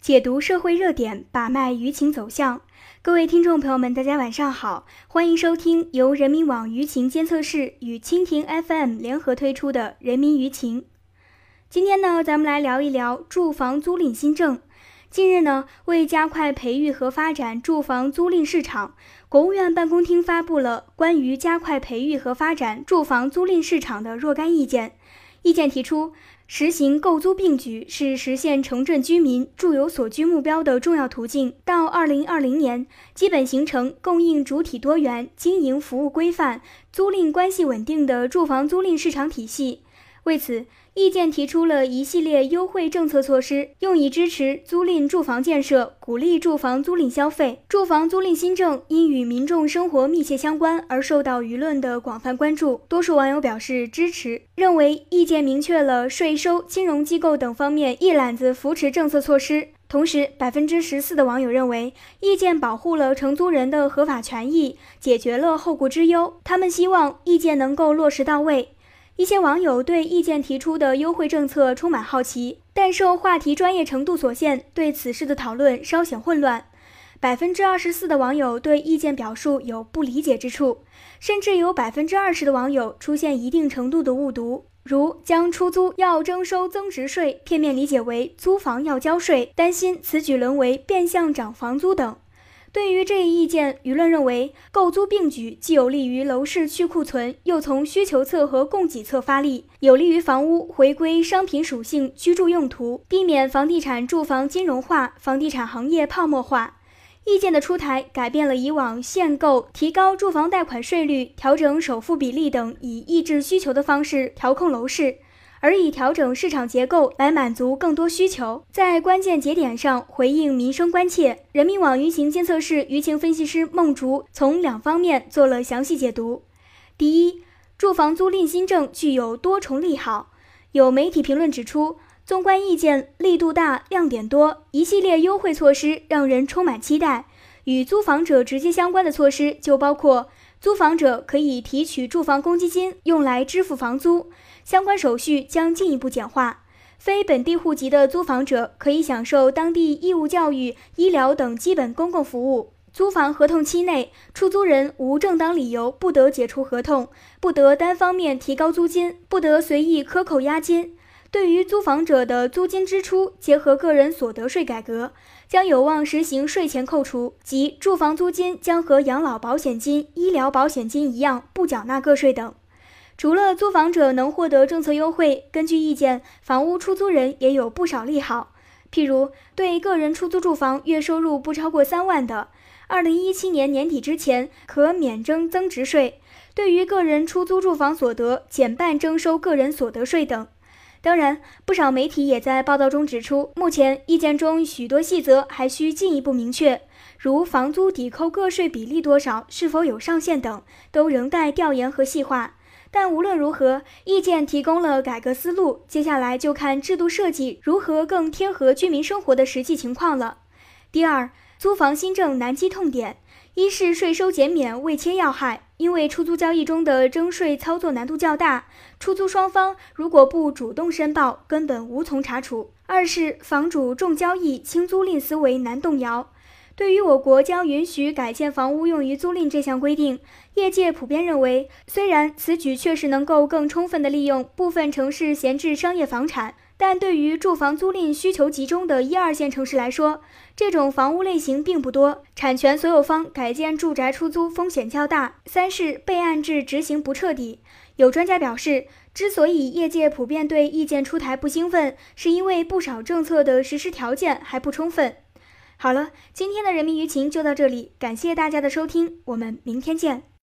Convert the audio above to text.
解读社会热点，把脉舆情走向。各位听众朋友们，大家晚上好，欢迎收听由人民网舆情监测室与蜻蜓 FM 联合推出的人民舆情。今天呢，咱们来聊一聊住房租赁新政。近日呢，为加快培育和发展住房租赁市场，国务院办公厅发布了关于加快培育和发展住房租赁市场的若干意见。意见提出，实行购租并举是实现城镇居民住有所居目标的重要途径。到2020年，基本形成供应主体多元、经营服务规范、租赁关系稳定的住房租赁市场体系。为此，意见提出了一系列优惠政策措施，用以支持租赁住房建设，鼓励住房租赁消费。住房租赁新政因与民众生活密切相关而受到舆论的广泛关注，多数网友表示支持，认为意见明确了税收、金融机构等方面一揽子扶持政策措施。同时，14%的网友认为意见保护了承租人的合法权益，解决了后顾之忧，他们希望意见能够落实到位。一些网友对意见提出的优惠政策充满好奇，但受话题专业程度所限，对此事的讨论稍显混乱。24%的网友对意见表述有不理解之处，甚至有20%的网友出现一定程度的误读，如将出租要征收增值税片面理解为租房要交税，担心此举沦为变相涨房租等。对于这一意见，舆论认为购租并举既有利于楼市去库存，又从需求侧和供给侧发力，有利于房屋回归商品属性居住用途，避免房地产住房金融化、房地产行业泡沫化。意见的出台改变了以往限购、提高住房贷款税率、调整首付比例等以抑制需求的方式调控楼市，而以调整市场结构来满足更多需求，在关键节点上回应民生关切。人民网舆情监测室舆情分析师孟竹从两方面做了详细解读。第一，住房租赁新政具有多重利好。有媒体评论指出，纵观意见力度大、亮点多，一系列优惠措施让人充满期待。与租房者直接相关的措施就包括租房者可以提取住房公积金用来支付房租，相关手续将进一步简化。非本地户籍的租房者可以享受当地义务教育、医疗等基本公共服务。租房合同期内，出租人无正当理由不得解除合同，不得单方面提高租金，不得随意克扣押金。对于租房者的租金支出，结合个人所得税改革，将有望实行税前扣除，即住房租金将和养老保险金、医疗保险金一样不缴纳个税等。除了租房者能获得政策优惠，根据意见，房屋出租人也有不少利好。譬如，对个人出租住房月收入不超过3万的，2017年年底之前可免征增值税；对于个人出租住房所得，减半征收个人所得税等。当然，不少媒体也在报道中指出，目前意见中许多细则还需进一步明确，如房租抵扣个税比例多少、是否有上限等，都仍待调研和细化。但无论如何，意见提供了改革思路，接下来就看制度设计如何更贴合居民生活的实际情况了。第二，租房新政难击痛点。一是税收减免未切要害，因为出租交易中的征税操作难度较大，出租双方如果不主动申报，根本无从查处。二是房主重交易轻租赁思维难动摇。对于我国将允许改建房屋用于租赁这项规定，业界普遍认为，虽然此举确实能够更充分地利用部分城市闲置商业房产，但对于住房租赁需求集中的1、2线城市来说，这种房屋类型并不多，产权所有方改建住宅出租风险较大。三是备案制执行不彻底。有专家表示，之所以业界普遍对意见出台不兴奋，是因为不少政策的实施条件还不充分。好了，今天的人民舆情就到这里，感谢大家的收听，我们明天见。